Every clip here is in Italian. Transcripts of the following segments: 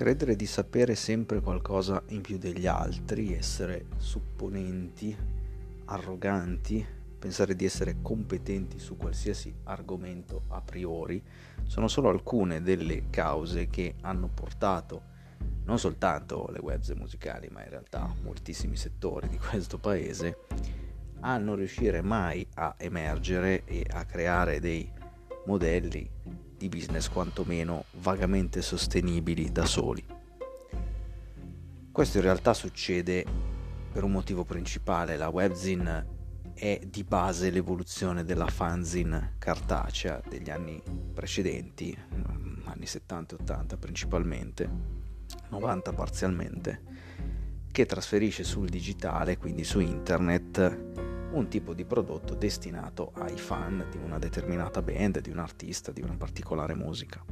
Credere di sapere sempre qualcosa in più degli altri, essere supponenti, arroganti, pensare di essere competenti su qualsiasi argomento a priori, sono solo alcune delle cause che hanno portato non soltanto le web musicali, ma in realtà moltissimi settori di questo paese a non riuscire mai a emergere e a creare dei modelli di business quantomeno vagamente sostenibili da soli. Questo in realtà succede per un motivo principale: la webzine è di base l'evoluzione della fanzine cartacea degli anni precedenti, anni 70 e 80 principalmente, 90 parzialmente, che trasferisce sul digitale, quindi su internet, un tipo di prodotto destinato ai fan di una determinata band, di un artista, di una particolare musica.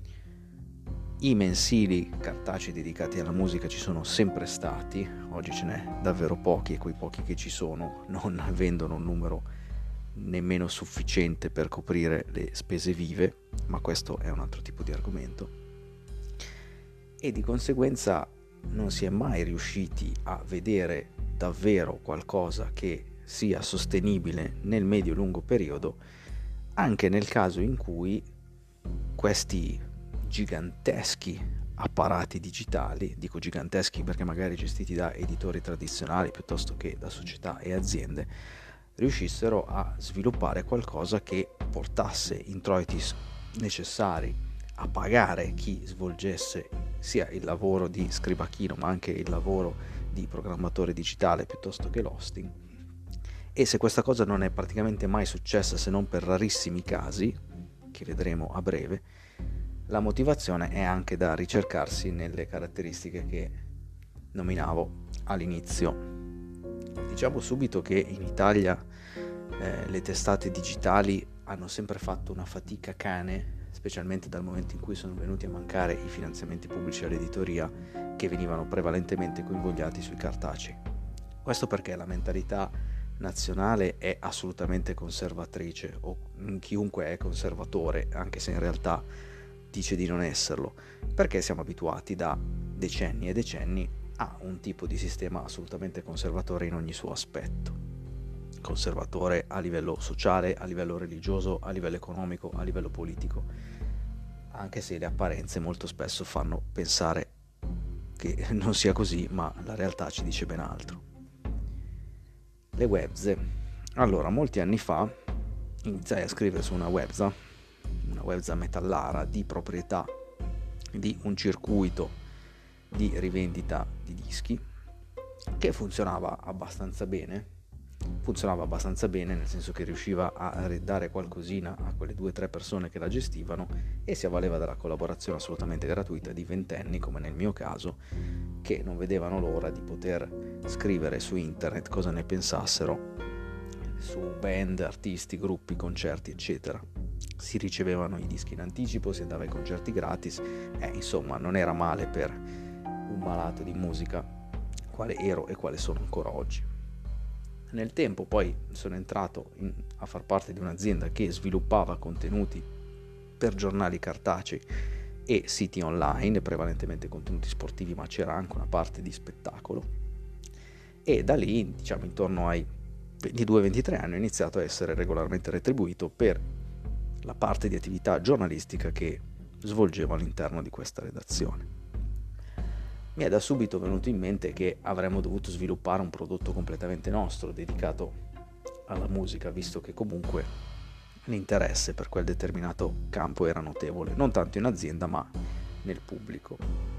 I mensili cartacei dedicati alla musica ci sono sempre stati, oggi ce n'è davvero pochi e quei pochi che ci sono non vendono un numero nemmeno sufficiente per coprire le spese vive, ma questo è un altro tipo di argomento. E di conseguenza non si è mai riusciti a vedere davvero qualcosa che sia sostenibile nel medio-lungo periodo, anche nel caso in cui questi giganteschi apparati digitali, dico giganteschi perché magari gestiti da editori tradizionali piuttosto che da società e aziende, riuscissero a sviluppare qualcosa che portasse introiti necessari a pagare chi svolgesse sia il lavoro di scribacchino ma anche il lavoro di programmatore digitale piuttosto che l'hosting. E se questa cosa non è praticamente mai successa se non per rarissimi casi, che vedremo a breve, la motivazione è anche da ricercarsi nelle caratteristiche che nominavo all'inizio. Diciamo subito che in Italia le testate digitali hanno sempre fatto una fatica cane, specialmente dal momento in cui sono venuti a mancare i finanziamenti pubblici all'editoria che venivano prevalentemente convogliati sui cartacei. Questo perché la mentalità nazionale è assolutamente conservatrice, o chiunque è conservatore, anche se in realtà dice di non esserlo, perché siamo abituati da decenni e decenni a un tipo di sistema assolutamente conservatore in ogni suo aspetto. Conservatore a livello sociale, a livello religioso, a livello economico, a livello politico, anche se le apparenze molto spesso fanno pensare che non sia così, ma la realtà ci dice ben altro. Le webze. Allora, molti anni fa iniziai a scrivere su una webza metallara di proprietà di un circuito di rivendita di dischi che funzionava abbastanza bene nel senso che riusciva a dare qualcosina a quelle 2 o 3 persone che la gestivano e si avvaleva della collaborazione assolutamente gratuita di ventenni, come nel mio caso, che non vedevano l'ora di poter scrivere su internet cosa ne pensassero su band, artisti, gruppi, concerti, eccetera. Si ricevevano i dischi in anticipo, si andava ai concerti gratis, insomma non era male per un malato di musica quale ero e quale sono ancora oggi. Nel tempo poi sono entrato a far parte di un'azienda che sviluppava contenuti per giornali cartacei e siti online, prevalentemente contenuti sportivi, ma c'era anche una parte di spettacolo, e da lì, diciamo intorno ai 22-23 anni, ho iniziato a essere regolarmente retribuito per la parte di attività giornalistica che svolgevo all'interno di questa redazione. Mi è da subito venuto in mente che avremmo dovuto sviluppare un prodotto completamente nostro, dedicato alla musica, visto che comunque l'interesse per quel determinato campo era notevole, non tanto in azienda ma nel pubblico.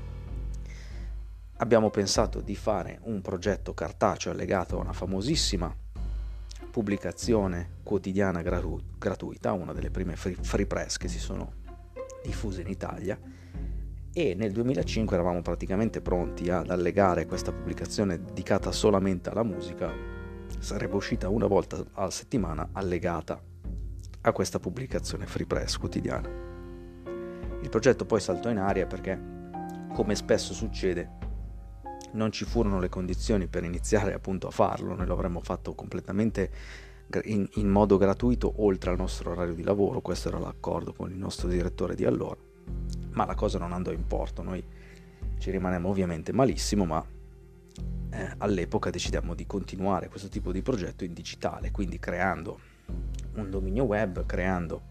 Abbiamo pensato di fare un progetto cartaceo allegato a una famosissima pubblicazione quotidiana gratuita, una delle prime free press che si sono diffuse in Italia, e nel 2005 eravamo praticamente pronti ad allegare questa pubblicazione dedicata solamente alla musica. Sarebbe uscita una volta alla settimana allegata a questa pubblicazione free press quotidiana. Il progetto poi saltò in aria perché, come spesso succede, non ci furono le condizioni per iniziare appunto a farlo. Noi lo avremmo fatto completamente in modo gratuito oltre al nostro orario di lavoro, questo era l'accordo con il nostro direttore di allora, ma la cosa non andò in porto. Noi ci rimanemmo ovviamente malissimo, ma all'epoca decidemmo di continuare questo tipo di progetto in digitale, quindi creando un dominio web, creando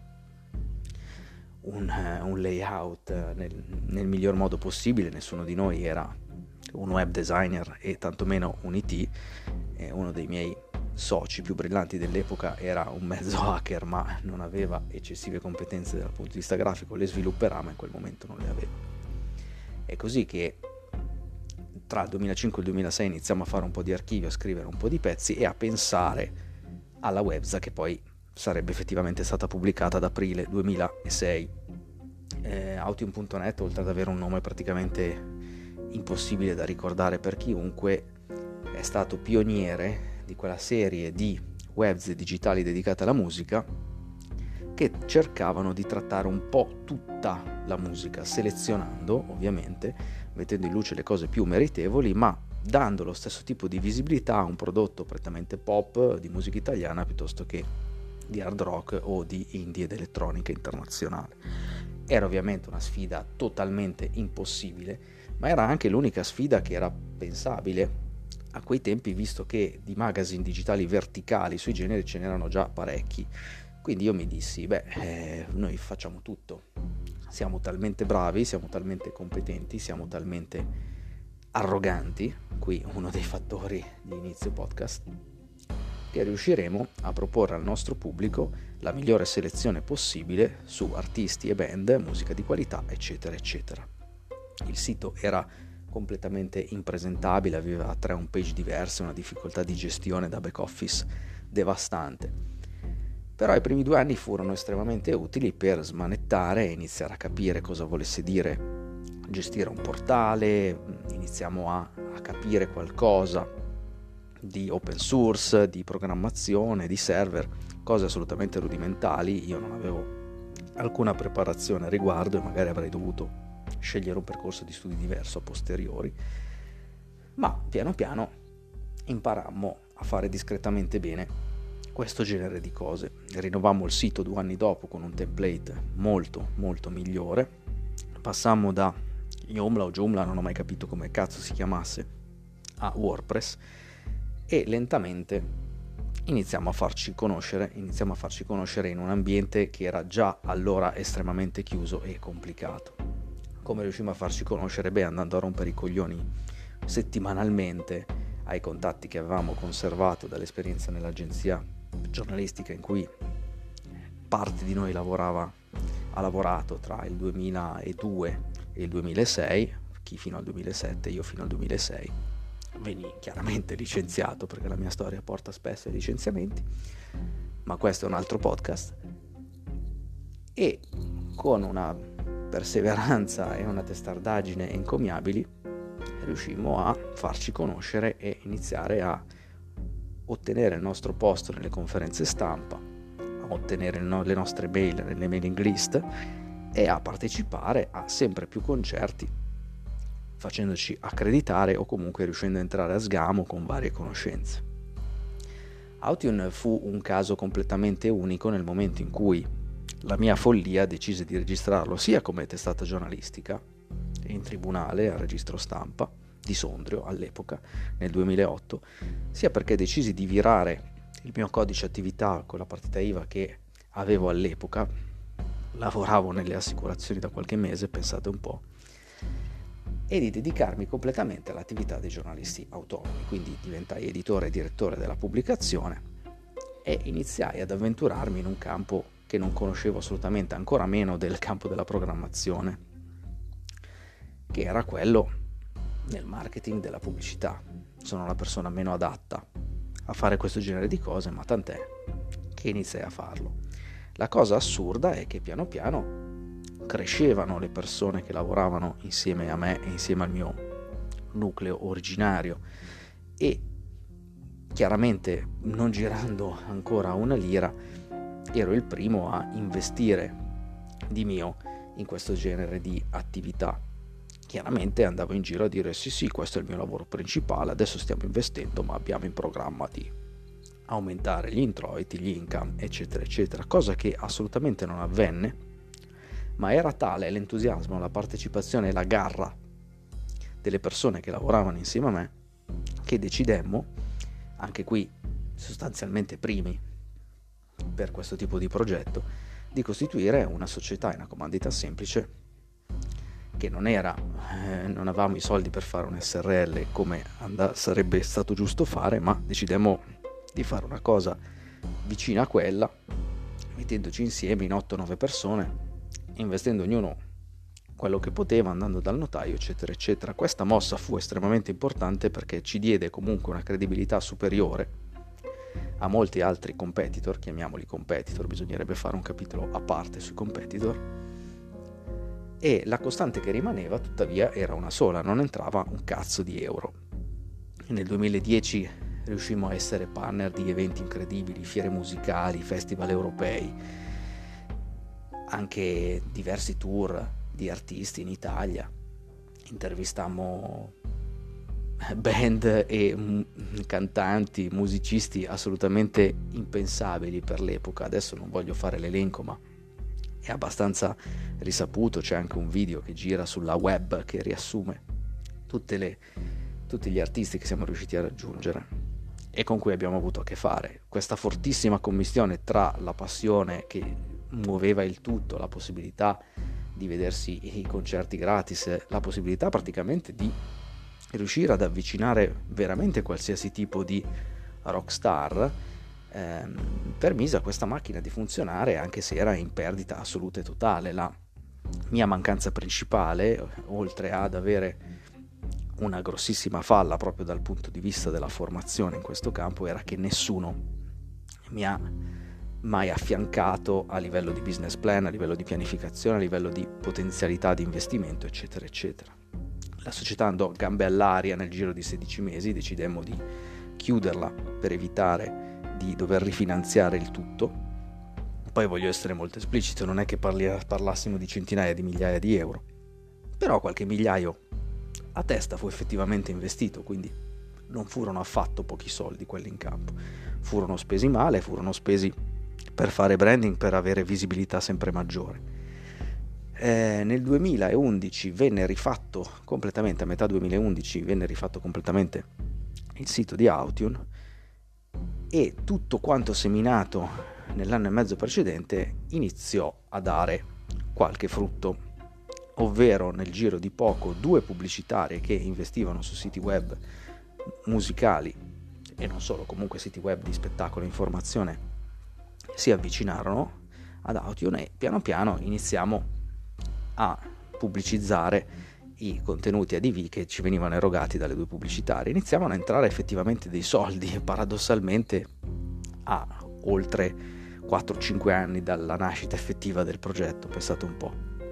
un layout nel miglior modo possibile. Nessuno di noi era un web designer e tantomeno un IT. Uno dei miei soci più brillanti dell'epoca era un mezzo hacker, ma non aveva eccessive competenze dal punto di vista grafico, le svilupperà ma in quel momento non le aveva. È così che tra il 2005 e il 2006 iniziamo a fare un po' di archivio, a scrivere un po' di pezzi e a pensare alla webza che poi sarebbe effettivamente stata pubblicata ad aprile 2006. Autium.net, oltre ad avere un nome praticamente impossibile da ricordare per chiunque, è stato pioniere di quella serie di webs digitali dedicate alla musica che cercavano di trattare un po' tutta la musica, selezionando ovviamente, mettendo in luce le cose più meritevoli, ma dando lo stesso tipo di visibilità a un prodotto prettamente pop di musica italiana piuttosto che di hard rock o di indie ed elettronica internazionale. Era ovviamente una sfida totalmente impossibile, ma era anche l'unica sfida che era pensabile a quei tempi, visto che di magazine digitali verticali sui generi ce n'erano già parecchi. Quindi io mi dissi, noi facciamo tutto, siamo talmente bravi, siamo talmente competenti, siamo talmente arroganti, qui uno dei fattori di inizio podcast, che riusciremo a proporre al nostro pubblico la migliore selezione possibile su artisti e band, musica di qualità, eccetera, eccetera. Il sito era completamente impresentabile, aveva 3 home page diverse, una difficoltà di gestione da back office devastante. Però i primi 2 anni furono estremamente utili per smanettare e iniziare a capire cosa volesse dire gestire un portale. Iniziamo a capire qualcosa di open source, di programmazione, di server, cose assolutamente rudimentali. Io non avevo alcuna preparazione a riguardo e magari avrei dovuto scegliere un percorso di studi diverso a posteriori, ma piano piano imparammo a fare discretamente bene questo genere di cose. Rinnovammo il sito 2 anni dopo con un template molto molto migliore, passammo da Joomla o Joomla, non ho mai capito come cazzo si chiamasse, a WordPress, e lentamente iniziamo a farci conoscere in un ambiente che era già allora estremamente chiuso e complicato. Come riuscimmo a farci conoscere? Andando a rompere i coglioni settimanalmente ai contatti che avevamo conservato dall'esperienza nell'agenzia giornalistica in cui parte di noi ha lavorato tra il 2002 e il 2006, chi fino al 2007, io fino al 2006. Venì chiaramente licenziato, perché la mia storia porta spesso ai licenziamenti, ma questo è un altro podcast. E con una perseveranza e una testardaggine encomiabili riuscimmo a farci conoscere e iniziare a ottenere il nostro posto nelle conferenze stampa, a ottenere le nostre mail nelle mailing list e a partecipare a sempre più concerti, facendoci accreditare o comunque riuscendo a entrare a sgamo con varie conoscenze. Autium fu un caso completamente unico nel momento in cui la mia follia decise di registrarlo sia come testata giornalistica e in tribunale al registro stampa di Sondrio all'epoca nel 2008, sia perché decisi di virare il mio codice attività con la partita IVA che avevo all'epoca. Lavoravo nelle assicurazioni da qualche mese, pensate un po', e di dedicarmi completamente all'attività dei giornalisti autonomi. Quindi diventai editore e direttore della pubblicazione e iniziai ad avventurarmi in un campo che non conoscevo assolutamente, ancora meno del campo della programmazione, che era quello del marketing, della pubblicità. Sono la persona meno adatta a fare questo genere di cose, ma tant'è che iniziai a farlo. La cosa assurda è che piano piano crescevano le persone che lavoravano insieme a me e insieme al mio nucleo originario, e chiaramente non girando ancora una lira ero il primo a investire di mio in questo genere di attività. Chiaramente andavo in giro a dire sì, questo è il mio lavoro principale, adesso stiamo investendo ma abbiamo in programma di aumentare gli introiti, gli income, eccetera eccetera, cosa che assolutamente non avvenne, ma era tale l'entusiasmo, la partecipazione e la garra delle persone che lavoravano insieme a me, che decidemmo, anche qui sostanzialmente primi per questo tipo di progetto, di costituire una società in accomandita semplice, che non avevamo i soldi per fare un SRL come sarebbe stato giusto fare, ma decidemmo di fare una cosa vicina a quella, mettendoci insieme in 8-9 persone, investendo ognuno quello che poteva, andando dal notaio, eccetera eccetera. Questa mossa fu estremamente importante perché ci diede comunque una credibilità superiore a molti altri competitor, chiamiamoli competitor, bisognerebbe fare un capitolo a parte sui competitor, e la costante che rimaneva tuttavia era una sola, non entrava un cazzo di euro. Nel 2010 riuscimmo a essere partner di eventi incredibili, fiere musicali, festival europei, anche diversi tour di artisti in Italia. Intervistammo band e cantanti, musicisti assolutamente impensabili per l'epoca. Adesso non voglio fare l'elenco, ma è abbastanza risaputo, c'è anche un video che gira sulla web che riassume tutti gli artisti che siamo riusciti a raggiungere e con cui abbiamo avuto a che fare. Questa fortissima commistione tra la passione che muoveva il tutto, la possibilità di vedersi i concerti gratis, la possibilità praticamente di riuscire ad avvicinare veramente qualsiasi tipo di rockstar, permise a questa macchina di funzionare anche se era in perdita assoluta e totale. La mia mancanza principale, oltre ad avere una grossissima falla proprio dal punto di vista della formazione in questo campo, era che nessuno mi ha mai affiancato a livello di business plan, a livello di pianificazione, a livello di potenzialità di investimento, eccetera eccetera. La società andò gambe all'aria nel giro di 16 mesi, decidemmo di chiuderla per evitare di dover rifinanziare il tutto. Poi voglio essere molto esplicito, non è che parlassimo di centinaia di migliaia di euro, però qualche migliaio a testa fu effettivamente investito, quindi non furono affatto pochi soldi quelli in campo. Furono spesi male, furono spesi per fare branding, per avere visibilità sempre maggiore. Nel 2011 venne rifatto completamente, a metà 2011 venne rifatto completamente il sito di Autune, e tutto quanto seminato nell'anno e mezzo precedente iniziò a dare qualche frutto, ovvero nel giro di poco 2 pubblicitarie che investivano su siti web musicali e non solo, comunque siti web di spettacolo e informazione, si avvicinarono ad Autune e piano piano iniziamo a pubblicizzare i contenuti ADV che ci venivano erogati dalle 2 pubblicitarie. Iniziavano a entrare effettivamente dei soldi, paradossalmente a oltre 4-5 anni dalla nascita effettiva del progetto, pensate un po'.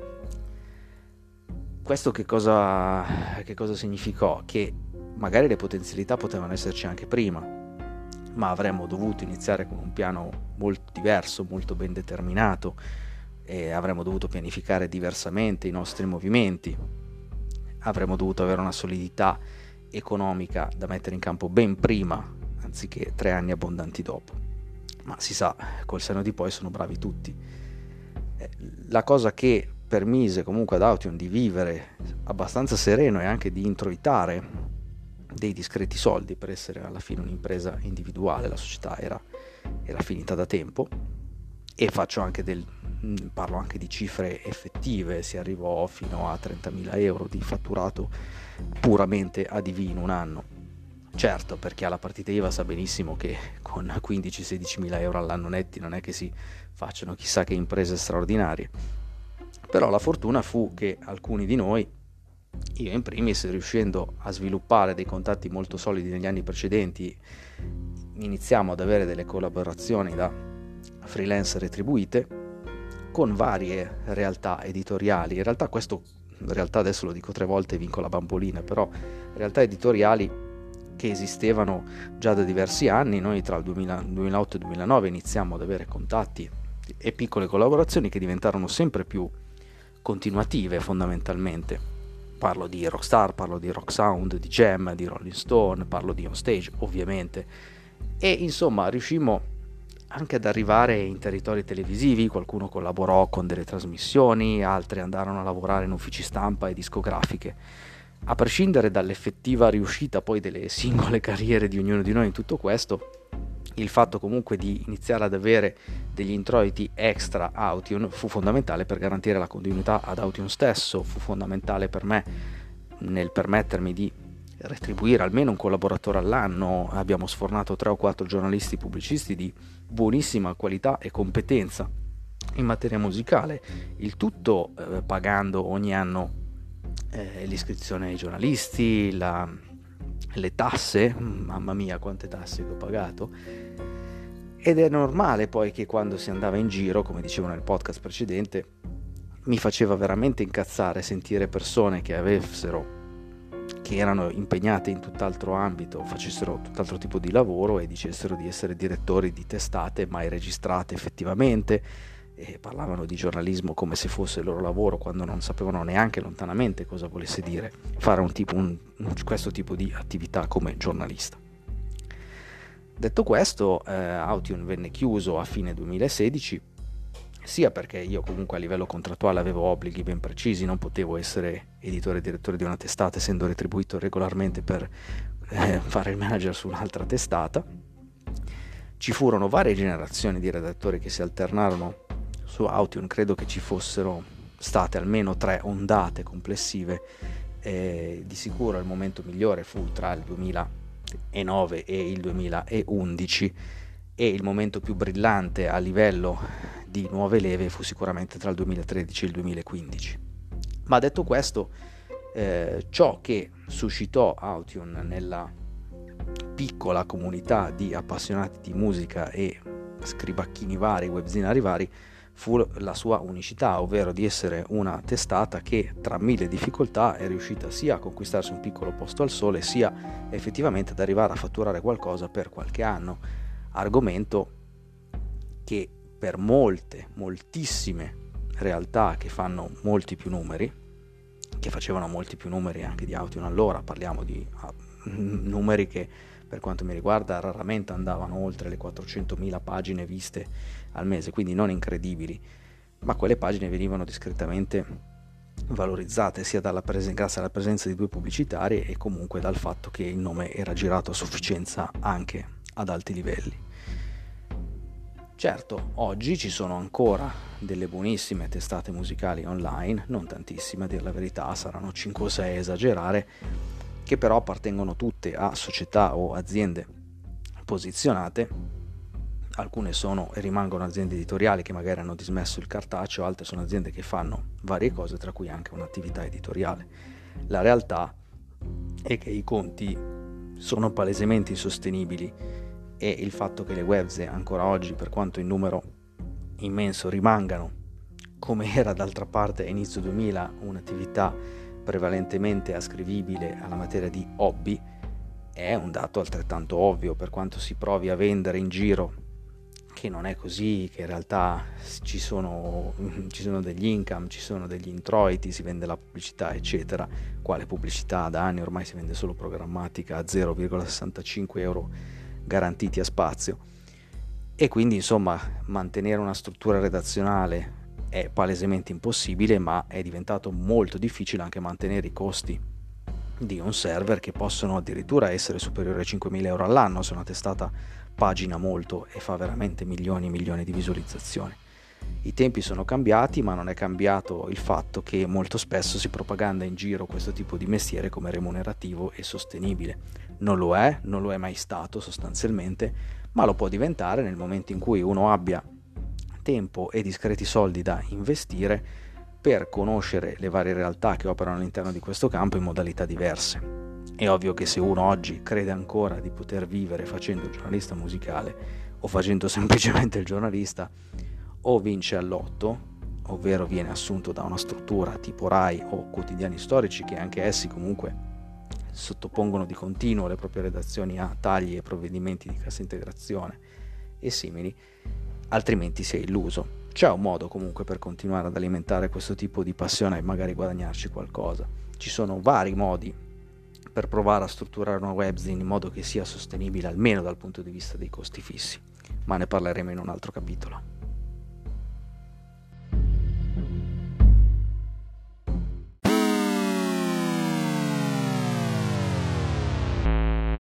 Questo che cosa significò? Che magari le potenzialità potevano esserci anche prima, ma avremmo dovuto iniziare con un piano molto diverso, molto ben determinato, e avremmo dovuto pianificare diversamente i nostri movimenti, avremmo dovuto avere una solidità economica da mettere in campo ben prima, anziché 3 anni abbondanti dopo. Ma si sa, col senno di poi sono bravi tutti. La cosa che permise comunque ad Autune di vivere abbastanza sereno e anche di introitare dei discreti soldi per essere alla fine un'impresa individuale, la società era finita da tempo, e parlo anche di cifre effettive, si arrivò fino a 30.000 euro di fatturato puramente ADV in un anno. Certo, perché alla partita IVA sa benissimo che con 15-16.000 euro all'anno netti non è che si facciano chissà che imprese straordinarie, però la fortuna fu che alcuni di noi, io in primis, riuscendo a sviluppare dei contatti molto solidi negli anni precedenti, iniziamo ad avere delle collaborazioni da freelance retribuite con varie realtà editoriali. In realtà adesso lo dico 3 volte e vinco la bambolina, però realtà editoriali che esistevano già da diversi anni. Noi tra il 2008 e il 2009 iniziamo ad avere contatti e piccole collaborazioni che diventarono sempre più continuative fondamentalmente. Parlo di Rockstar, parlo di Rock Sound, di Jam, di Rolling Stone, parlo di On Stage ovviamente, e insomma riuscimmo anche ad arrivare in territori televisivi. Qualcuno collaborò con delle trasmissioni, altri andarono a lavorare in uffici stampa e discografiche. A prescindere dall'effettiva riuscita poi delle singole carriere di ognuno di noi in tutto questo, il fatto comunque di iniziare ad avere degli introiti extra Autun fu fondamentale per garantire la continuità ad Autun stesso, fu fondamentale per me nel permettermi di retribuire almeno un collaboratore all'anno. Abbiamo sfornato 3 o 4 giornalisti pubblicisti di buonissima qualità e competenza in materia musicale, il tutto pagando ogni anno l'iscrizione ai giornalisti, le tasse, mamma mia quante tasse che ho pagato. Ed è normale poi che quando si andava in giro, come dicevo nel podcast precedente, mi faceva veramente incazzare sentire persone che erano impegnate in tutt'altro ambito, facessero tutt'altro tipo di lavoro e dicessero di essere direttori di testate mai registrate effettivamente, e parlavano di giornalismo come se fosse il loro lavoro, quando non sapevano neanche lontanamente cosa volesse dire fare questo tipo di attività come giornalista. Detto questo, Autun venne chiuso a fine 2016, sia perché io comunque a livello contrattuale avevo obblighi ben precisi, non potevo essere editore e direttore di una testata essendo retribuito regolarmente per fare il manager su un'altra testata. Ci furono varie generazioni di redattori che si alternarono su Autun, credo che ci fossero state almeno 3 ondate complessive, di sicuro il momento migliore fu tra il 2009 e il 2011 e il momento più brillante a livello di nuove leve fu sicuramente tra il 2013 e il 2015. Ma detto questo, ciò che suscitò Autun nella piccola comunità di appassionati di musica e scribacchini vari, webzinari vari, fu la sua unicità, ovvero di essere una testata che tra 1000 difficoltà è riuscita sia a conquistarsi un piccolo posto al sole, sia effettivamente ad arrivare a fatturare qualcosa per qualche anno, argomento che per moltissime realtà che fanno molti più numeri, che facevano molti più numeri anche di Autun allora, parliamo di numeri che per quanto mi riguarda raramente andavano oltre le 400.000 pagine viste al mese, quindi non incredibili, ma quelle pagine venivano discretamente valorizzate sia grazie alla presenza di 2 pubblicitari e comunque dal fatto che il nome era girato a sufficienza anche ad alti livelli. Certo, oggi ci sono ancora delle buonissime testate musicali online, non tantissime a dir la verità, saranno 5 o 6 a esagerare, che però appartengono tutte a società o aziende posizionate. Alcune sono e rimangono aziende editoriali che magari hanno dismesso il cartaceo, altre sono aziende che fanno varie cose, tra cui anche un'attività editoriale. La realtà è che i conti sono palesemente insostenibili e il fatto che le webse ancora oggi, per quanto in numero immenso, rimangano come era d'altra parte a inizio 2000 un'attività prevalentemente ascrivibile alla materia di hobby, è un dato altrettanto ovvio, per quanto si provi a vendere in giro che non è così, che in realtà ci sono degli income, ci sono degli introiti, si vende la pubblicità eccetera. Quale pubblicità? Da anni ormai si vende solo programmatica a 0,65 euro garantiti a spazio, e quindi insomma mantenere una struttura redazionale è palesemente impossibile, ma è diventato molto difficile anche mantenere i costi di un server, che possono addirittura essere superiori ai 5.000 euro all'anno se una testata pagina molto e fa veramente milioni e milioni di visualizzazioni. I tempi sono cambiati, ma non è cambiato il fatto che molto spesso si propaganda in giro questo tipo di mestiere come remunerativo e sostenibile. Non lo è mai stato sostanzialmente, ma lo può diventare nel momento in cui uno abbia tempo e discreti soldi da investire per conoscere le varie realtà che operano all'interno di questo campo in modalità diverse. È ovvio che se uno oggi crede ancora di poter vivere facendo il giornalista musicale o facendo semplicemente il giornalista, o vince all'otto, ovvero viene assunto da una struttura tipo Rai o quotidiani storici, che anche essi comunque sottopongono di continuo le proprie redazioni a tagli e provvedimenti di cassa integrazione e simili, altrimenti si è illuso. C'è un modo comunque per continuare ad alimentare questo tipo di passione e magari guadagnarci qualcosa. Ci sono vari modi per provare a strutturare una webzine in modo che sia sostenibile almeno dal punto di vista dei costi fissi, ma ne parleremo in un altro capitolo.